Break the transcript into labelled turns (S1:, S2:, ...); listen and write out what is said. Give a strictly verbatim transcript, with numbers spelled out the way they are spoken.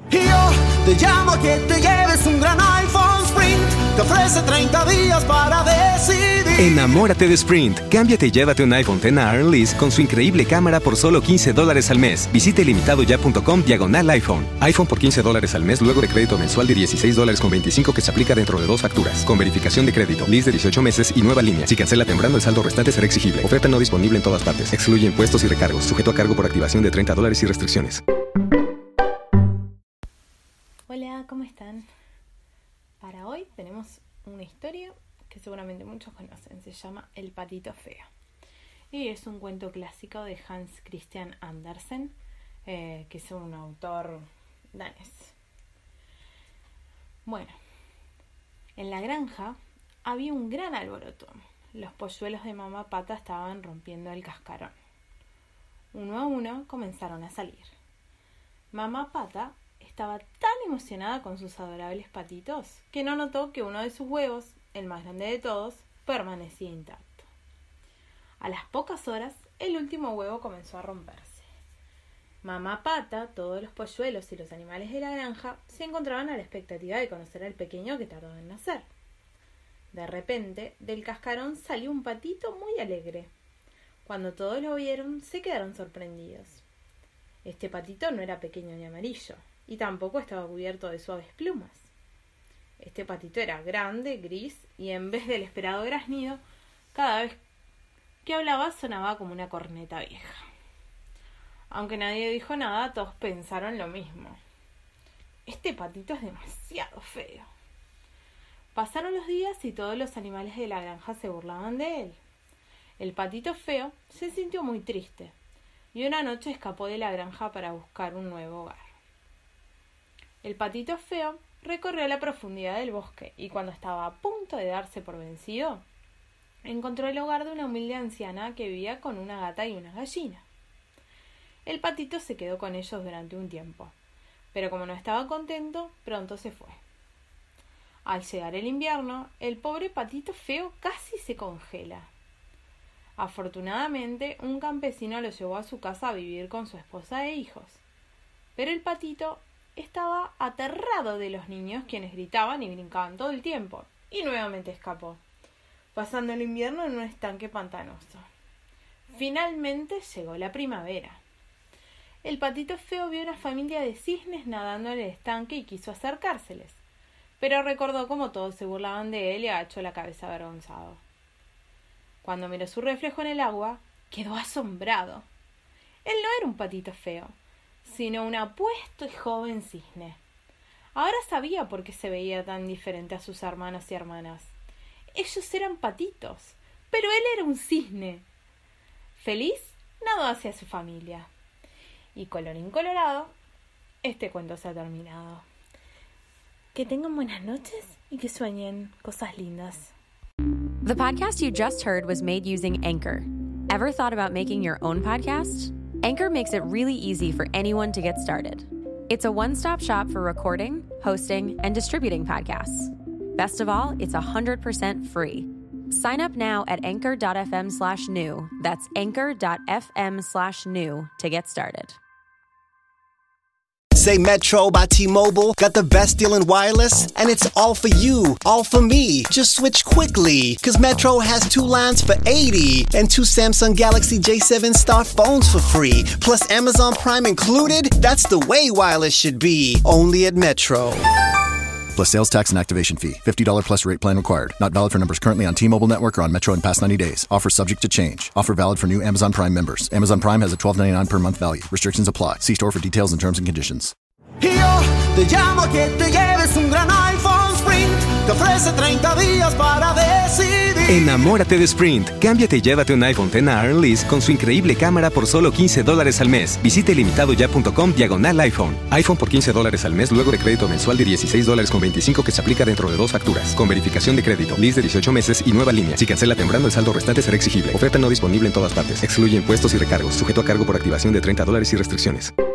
S1: Y yo te llamo a que te lleves un gran iPhone Sprint. Te ofrece treinta días para decidir.
S2: Enamórate de Sprint. Cámbiate y llévate un iPhone X a Earn Lease con su increíble cámara por solo quince dólares al mes. Visite limitadoya.com diagonal iPhone. iPhone por quince dólares al mes luego de crédito mensual de dieciséis dólares con veinticinco que se aplica dentro de dos facturas. Con verificación de crédito, lease de dieciocho meses y nueva línea. Si cancela temprano, el saldo restante será exigible. Oferta no disponible en todas partes. Excluye impuestos y recargos. Sujeto a cargo por activación de treinta dólares y restricciones.
S3: Hola, ¿cómo están? Para hoy tenemos una historia que seguramente muchos conocen. Se llama El patito feo. Y es un cuento clásico de Hans Christian Andersen, eh, que es un autor danés. Bueno, en la granja había un gran alboroto. Los polluelos de mamá Pata estaban rompiendo el cascarón. Uno a uno comenzaron a salir. Mamá Pata estaba tan emocionada con sus adorables patitos que no notó que uno de sus huevos, el más grande de todos, permanecía intacto. A las pocas horas, el último huevo comenzó a romperse. Mamá Pata, todos los polluelos y los animales de la granja se encontraban a la expectativa de conocer al pequeño que tardó en nacer. De repente, del cascarón salió un patito muy alegre. Cuando todos lo vieron, se quedaron sorprendidos. Este patito no era pequeño ni amarillo, y tampoco estaba cubierto de suaves plumas. Este patito era grande, gris, y en vez del esperado graznido, cada vez que hablaba sonaba como una corneta vieja. Aunque nadie dijo nada, todos pensaron lo mismo. Este patito es demasiado feo. Pasaron los días y todos los animales de la granja se burlaban de él. El patito feo se sintió muy triste, y una noche escapó de la granja para buscar un nuevo hogar. El patito feo recorrió la profundidad del bosque y cuando estaba a punto de darse por vencido, encontró el hogar de una humilde anciana que vivía con una gata y una gallina. El patito se quedó con ellos durante un tiempo, pero como no estaba contento, pronto se fue. Al llegar el invierno, el pobre patito feo casi se congela. Afortunadamente, un campesino lo llevó a su casa a vivir con su esposa e hijos, pero el patito estaba aterrado de los niños quienes gritaban y brincaban todo el tiempo, y nuevamente escapó, pasando el invierno en un estanque pantanoso. Finalmente llegó la primavera. El patito feo vio una familia de cisnes nadando en el estanque y quiso acercárseles, pero recordó cómo todos se burlaban de él y agachó la cabeza avergonzado. Cuando miró su reflejo en el agua, quedó asombrado. Él no era un patito feo, sino un apuesto y joven cisne. Ahora sabía por qué se veía tan diferente a sus hermanos y hermanas. Ellos eran patitos, pero él era un cisne. Feliz, nadó hacia su familia. Y colorín colorado, este cuento se ha terminado. Que tengan buenas noches y que sueñen cosas lindas.
S4: The podcast you just heard was made using Anchor. Ever thought about making your own podcast? Anchor makes it really easy for anyone to get started. It's a one-stop shop for recording, hosting, and distributing podcasts. Best of all, it's one hundred percent free. Sign up now at anchor.fm slash new. That's anchor.fm slash new to get started.
S1: Say Metro by T-Mobile, got the best deal in wireless, and it's all for you, all for me. Just switch quickly, cause Metro has two lines for eighty and two Samsung Galaxy J seven Star phones for free, plus Amazon Prime included. That's the way wireless should be, only at Metro.
S5: Plus sales tax and activation fee. fifty dollars plus rate plan required. Not valid for numbers currently on T-Mobile network or on Metro in past ninety days. Offer subject to change. Offer valid for new Amazon Prime members. Amazon Prime has a twelve ninety-nine per month value. Restrictions apply. See store for details and terms and conditions.
S1: Y yo te llamo a que te lleves un gran iPhone Sprint. Te ofrece treinta días para decidir.
S2: Enamórate de Sprint. Cámbiate y llévate un iPhone X a Earn Lease con su increíble cámara por solo quince dólares al mes. Visite limitadoya.com diagonal iPhone. iPhone por quince dólares al mes luego de crédito mensual de dieciséis dólares con veinticinco que se aplica dentro de dos facturas. Con verificación de crédito, lease de dieciocho meses y nueva línea. Si cancela temprano, el saldo restante será exigible. Oferta no disponible en todas partes. Excluye impuestos y recargos. Sujeto a cargo por activación de treinta dólares y restricciones.